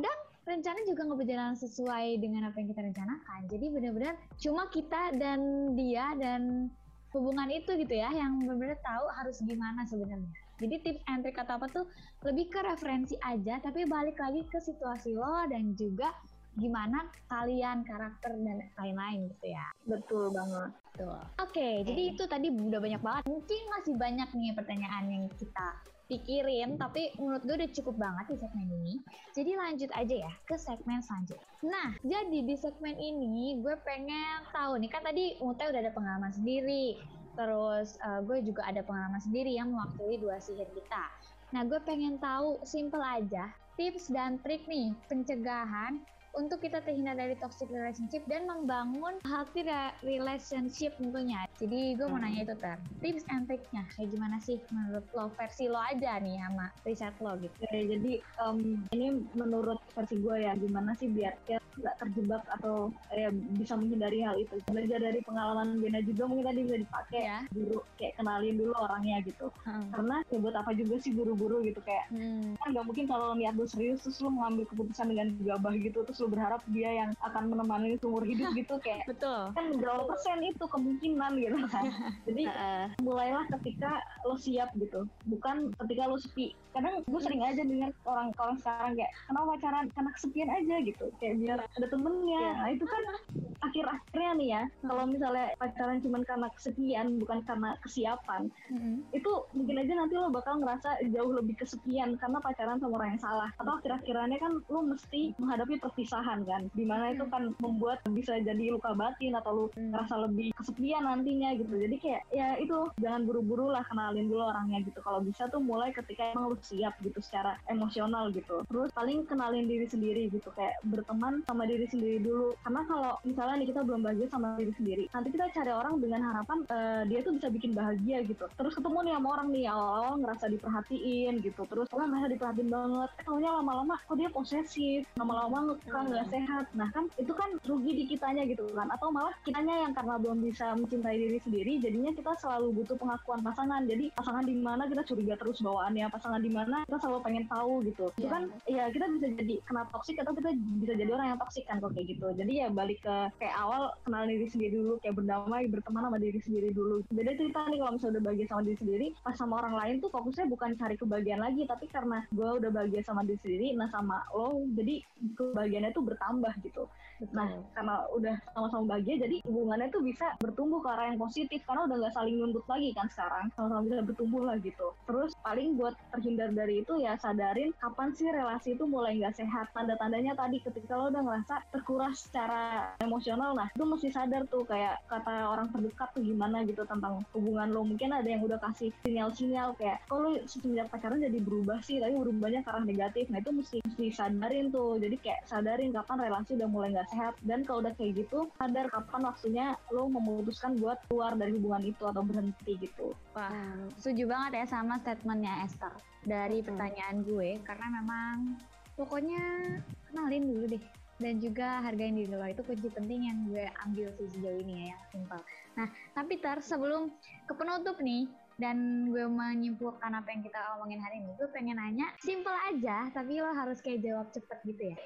rencana juga nggak berjalan sesuai dengan apa yang kita rencanakan. Jadi benar-benar cuma kita dan dia dan hubungan itu gitu ya yang benar-benar tahu harus gimana sebenarnya. Jadi tips and trick atau apa tuh lebih ke referensi aja, tapi balik lagi ke situasi lo dan juga gimana kalian, karakter dan lain-lain gitu ya. Betul banget. Betul. Oke, okay, hmm. jadi itu tadi udah banyak banget. Mungkin masih banyak nih pertanyaan yang kita pikirin, tapi menurut gue udah cukup banget di segmen ini. Jadi lanjut aja ya ke segmen selanjutnya. Nah, jadi di segmen ini gue pengen tahu nih, kan tadi Mute udah ada pengalaman sendiri. Terus uh, gue juga ada pengalaman sendiri yang mewakili dua sihir kita. Nah, gue pengen tahu simple aja tips dan trik nih pencegahan untuk kita terhindar dari toxic relationship dan membangun healthy relationship tentunya. Jadi gue mau nanya itu Ter, tips and triknya kayak gimana sih menurut lo, versi lo aja nih sama riset lo gitu. Oke, jadi um, ini menurut versi gue ya, gimana sih biar kita nggak terjebak atau ya, bisa menghindari hal itu. Belajar dari pengalaman Bena juga mungkin tadi bisa dipakai ya. Dulu kayak kenalin dulu orangnya gitu. Hmm. Karena ya buat apa juga sih buru-buru gitu kayak hmm. kan nggak mungkin kalau niat lu serius terus lu mengambil keputusan dengan gegabah gitu terus lu berharap dia yang akan menemani seumur hidup gitu kayak betul kan berapa persen itu kemungkinan gitu kan. Jadi uh, mulailah ketika lo siap gitu, bukan ketika lo sepi. Kadang gue sering aja dengar orang-orang sekarang kayak kenapa pacaran karena kesepian aja gitu, kayak biar ada temennya. Yeah. Nah itu kan akhir-akhirnya nih ya, hmm. kalau misalnya pacaran cuma karena kesepian bukan karena kesiapan, hmm. itu mungkin aja nanti lo bakal ngerasa jauh lebih kesepian karena pacaran sama orang yang salah. Atau akhir-akhirnya kan lo mesti menghadapi perpisahan kan, dimana hmm. itu kan membuat bisa jadi luka batin atau lo hmm. ngerasa lebih kesepian nantinya gitu. Jadi kayak ya itu jangan buru-buru lah, kenalin dulu orangnya gitu. Kalau bisa tuh mulai ketika emang lo siap gitu secara emosional gitu. Terus paling kenalin diri sendiri gitu, kayak berteman sama diri sendiri dulu. Karena kalau misalnya nih kita belum bahagia sama diri sendiri, nanti kita cari orang dengan harapan uh, dia tuh bisa bikin bahagia gitu. Terus ketemu nih sama orang nih awal-awal ngerasa diperhatiin gitu, terus orang ngerasa diperhatiin banget, eh taunya lama-lama kok dia posesif, lama-lama ngekang nggak hmm. sehat. Nah kan itu kan rugi di kitanya gitu kan, atau malah kitanya yang karena belum bisa mencintai diri sendiri, jadinya kita selalu butuh pengakuan pasangan. Jadi pasangan di mana kita curiga terus bawaannya, pasangan di mana kita selalu pengen tahu gitu. Itu yeah. kan ya kita bisa jadi kena toksik atau kita bisa jadi orang yang toksik kan kok kayak gitu. Jadi ya balik ke kayak awal, kenal diri sendiri dulu, kayak berdamai, berteman sama diri sendiri dulu. Beda cerita nih kalau misalnya udah bahagia sama diri sendiri, pas sama orang lain tuh fokusnya bukan cari kebahagiaan lagi, tapi karena gue udah bahagia sama diri sendiri, nah sama lo jadi kebahagiaannya tuh bertambah gitu. Betul. Nah karena udah sama-sama bahagia, jadi hubungannya tuh bisa bertumbuh ke arah yang positif karena udah nggak saling nuntut lagi kan sekarang, sama-sama bisa bertumbuh lah gitu. Terus paling buat terhindar dari itu ya sadarin kapan sih relasi itu mulai nggak sehat. Tanda-tandanya tadi ketika lo udah ngerasa terkuras secara emosional, nah itu mesti sadar tuh kayak kata orang terdekat tuh gimana gitu tentang hubungan lo. Mungkin ada yang udah kasih sinyal-sinyal kayak kok lo semenjak pacaran jadi berubah sih, tapi berubahnya ke arah negatif. Nah itu mesti mesti sadarin tuh. Jadi kayak sadarin kapan relasi udah mulai nggak sehat, dan kalau udah kayak gitu sadar kapan waktunya lo memutuskan buat keluar dari hubungan itu atau berhenti gitu. Wah, setuju banget ya sama statementnya Esther dari hmm. pertanyaan gue, karena memang pokoknya kenalin dulu deh, dan juga hargain diri lo, itu kunci penting yang gue ambil sih sejauh ini ya, yang simpel. Nah, tapi Ter, sebelum ke penutup nih, dan gue menyimpulkan apa yang kita omongin hari ini, gue pengen nanya, simple aja, tapi lo harus kayak jawab cepet gitu ya.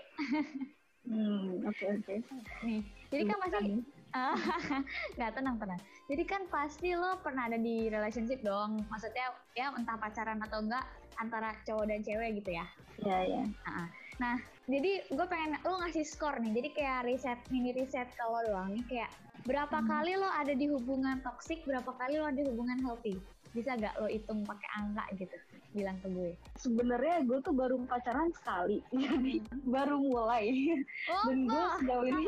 Hmm, oke okay, oke. Okay. Nih, jadi kan pasti nggak tenang-tenang. Jadi kan pasti lo pernah ada di relationship dong, maksudnya ya entah pacaran atau enggak antara cowok dan cewek gitu ya. Iya yeah, iya. Yeah. Nah, nah, jadi gue pengen lo ngasih skor nih. Jadi kayak riset, mini riset ke lo doang nih, kayak berapa hmm. kali lo ada di hubungan toksik, berapa kali lo ada di hubungan healthy. Bisa gak lo hitung pakai angka gitu, bilang ke gue? Sebenarnya gue tuh baru pacaran sekali, jadi baru mulai. Oh, dan gue sejauh ini,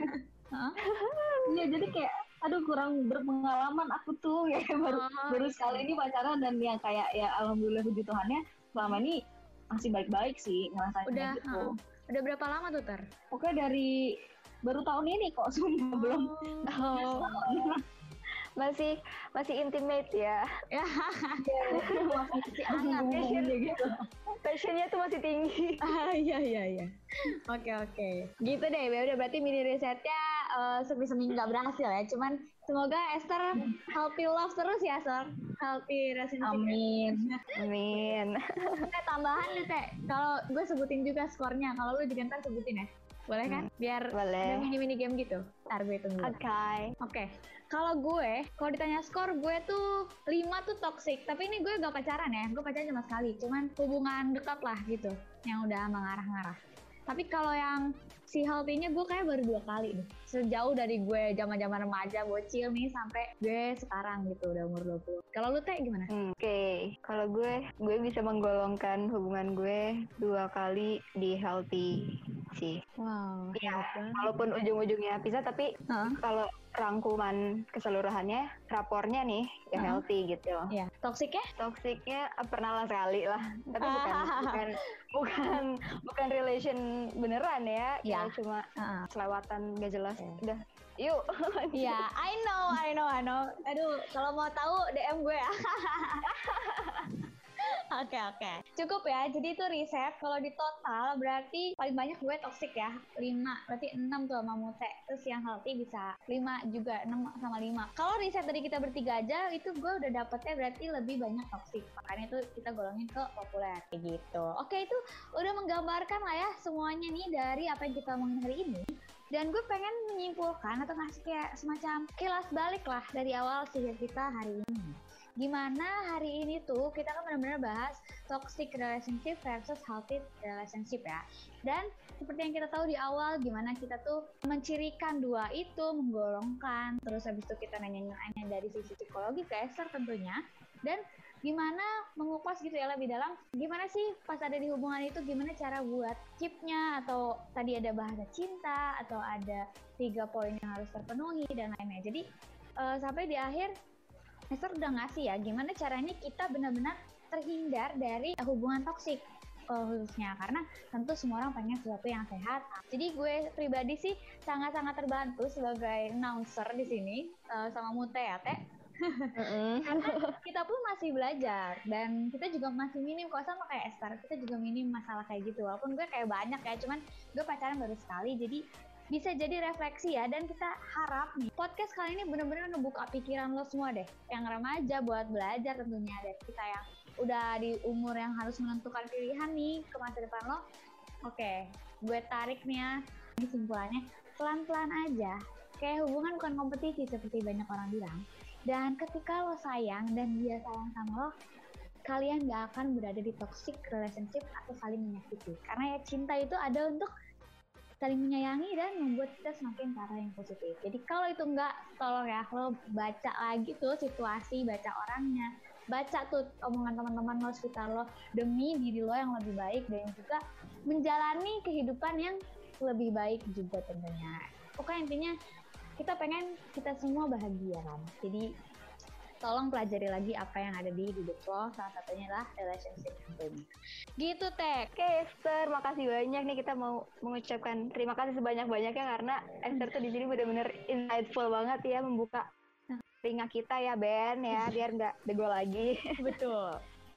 iya jadi kayak, aduh kurang berpengalaman aku tuh, ya baru oh, baru sekali ini pacaran, dan yang kayak ya alhamdulillah puji Tuhannya selama ini masih baik-baik sih ngerasain udah, gitu. Uh, udah berapa lama tuh Ter? Oke dari baru tahun ini kok, sumpah oh. belum. Oh. masih masih intimate ya. Ya. Masih hangat passion gitu. Passionnya tuh masih tinggi. Ah iya iya iya. Oke oke. Gitu deh, udah berarti mini risetnya uh, semi-semi nggak berhasil ya. Cuman Semoga Esther healthy love terus ya, Sor. Healthy relationship. Amin. Amin. Teh, tambahan nih Teh, kalau gue sebutin juga skornya, kalau lu juga ntar sebutin ya. Boleh kan? Biar Boleh. ada mini-mini game gitu. Ntar gue tunggu. Oke. Okay. Oke, okay. Kalau gue, kalau ditanya skor, gue tuh lima tuh toxic. Tapi ini gue gak pacaran ya, gue pacaran cuma sekali. Cuman hubungan dekat lah gitu, yang udah mengarah-ngarah. Tapi kalau yang si healthy-nya gue kayak baru dua kali deh. Sejauh dari gue zaman-zaman remaja, bocil nih, sampai gue sekarang gitu, udah umur dua puluh. Kalau lu Teh gimana? Hmm, Oke, okay. Kalau gue, gue bisa menggolongkan hubungan gue dua kali di healthy sih. Wow. Ya, walaupun ujung-ujungnya pisah, tapi uh-huh. kalau rangkuman keseluruhannya, rapornya nih ya uh-huh. healthy gitu. Iya. Toksiknya? Toksiknya pernah lah sekali lah, tapi bukan bukan bukan bukan relation beneran ya, ya. ya cuma uh-huh. selewatan gak jelas. Yeah. Udah, yuk. Iya, I know, I know, I know. Aduh, kalau mau tahu D M gue ya. Oke okay, oke okay. Cukup ya. Jadi itu riset. Kalau di total berarti paling banyak gue toksik ya, lima. Berarti enam tuh sama Mute. Terus yang healthy bisa lima juga, enam sama lima. Kalau riset dari kita bertiga aja, itu gue udah dapetnya berarti lebih banyak toksik. Makanya itu kita golongin ke populer kayak gitu. Oke, itu udah menggambarkan lah ya semuanya nih dari apa yang kita omongin hari ini. Dan gue pengen menyimpulkan atau ngasih kayak semacam kilas balik lah dari awal sihir kita hari ini. Gimana hari ini tuh kita kan benar-benar bahas toxic relationship versus healthy relationship ya. Dan seperti yang kita tahu di awal, gimana kita tuh mencirikan dua itu, menggolongkan, terus habis itu kita nanya-nanya dari sisi psikologi ke Esther tentunya. Dan gimana mengupas gitu ya lebih dalam, gimana sih pas ada di hubungan itu, gimana cara buat keep-nya, atau tadi ada bahasa cinta, atau ada tiga poin yang harus terpenuhi, dan lainnya. Jadi uh, sampai di akhir, Esther udah ngasih ya gimana caranya kita benar-benar terhindar dari hubungan toksik khususnya, karena tentu semua orang pengen sesuatu yang sehat. Jadi gue pribadi sih sangat-sangat terbantu sebagai announcer di sini uh, sama Mute ya Teh. Karena kita pun masih belajar dan kita juga masih minim kok, sama kayak Esther, kita juga minim masalah kayak gitu. Walaupun gue kayak banyak ya, cuman gue pacaran baru sekali, jadi bisa jadi refleksi ya. Dan kita harap nih podcast kali ini benar-benar ngebuka pikiran lo semua deh, yang remaja buat belajar tentunya, dan kita yang udah di umur yang harus menentukan pilihan nih ke masa depan lo. Oke, gue tarik nih ya kesimpulannya, pelan-pelan aja. Kayak hubungan bukan kompetisi seperti banyak orang bilang. Dan ketika lo sayang dan dia sayang sama lo, kalian gak akan berada di toxic relationship atau saling menyakiti. Karena ya cinta itu ada untuk saling menyayangi dan membuat kita semakin ke arah yang positif. Jadi kalau itu enggak, tolong ya lo baca lagi tuh situasi, baca orangnya, baca tuh omongan teman-teman lo sekitar lo demi diri lo yang lebih baik dan juga menjalani kehidupan yang lebih baik juga tentunya. Pokoknya intinya kita pengen kita semua bahagia kan. Jadi tolong pelajari lagi apa yang ada di hidup lo, salah satunya adalah relationship tentunya. Gitu Teh. Oke Esther, makasih banyak nih, kita mau mengucapkan terima kasih sebanyak-banyaknya karena Esther tuh di sini benar-benar insightful banget ya, membuka telinga kita ya Ben ya, biar nggak bego lagi. Betul.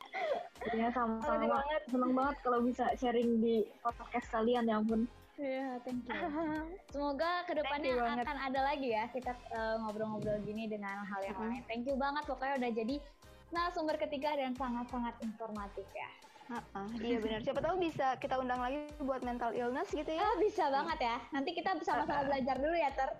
Ya sama-sama banget, seneng banget kalau bisa sharing di podcast kalian, ya ampun. Iya, yeah, thank you. Semoga kedepannya akan ada lagi ya kita uh, ngobrol-ngobrol gini dengan hal yang mm-hmm. lain. Thank you banget, pokoknya udah jadi narasumber ketiga dan sangat-sangat informatif ya. Uh-uh, iya benar. Siapa tahu bisa kita undang lagi buat mental illness gitu ya. Oh, bisa hmm. banget ya. Nanti kita sama-sama belajar dulu ya, Ter.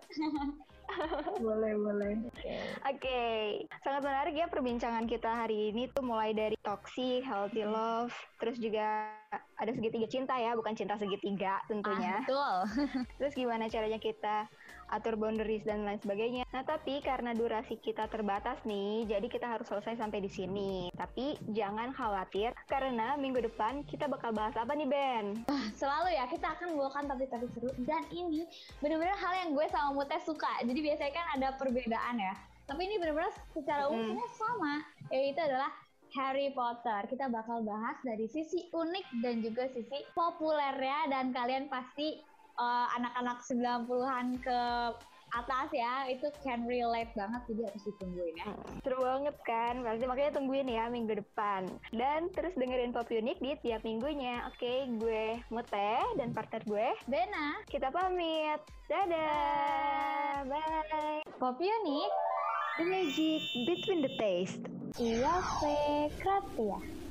Boleh, boleh. Oke, okay. okay. Sangat menarik ya perbincangan kita hari ini tuh, mulai dari toxic, healthy love, terus juga ada segitiga cinta ya, bukan cinta segitiga tentunya. Ah, betul. Terus gimana caranya kita atur boundaries dan lain sebagainya. Nah, tapi karena durasi kita terbatas nih, jadi kita harus selesai sampai di sini. Tapi jangan khawatir, karena minggu depan kita bakal bahas apa nih, Ben? Selalu ya, kita akan membawakan topik-topik seru. Dan ini benar-benar hal yang gue sama Mute suka. Jadi biasanya kan ada perbedaan ya. Tapi ini benar-benar secara umumnya hmm. sama. Yaitu adalah Harry Potter. Kita bakal bahas dari sisi unik dan juga sisi populernya. Dan kalian pasti Uh, anak-anak sembilan puluhan ke atas ya, itu can relate banget, jadi harus ditungguin ya. Seru banget kan, pasti makanya tungguin ya minggu depan. Dan terus dengerin Pop Unik di tiap minggunya. Oke, gue Mute dan partner gue Bena. Kita pamit. Dadah. Bye. Pop Unique, The magic between the taste. Iya, Fe, Kratia.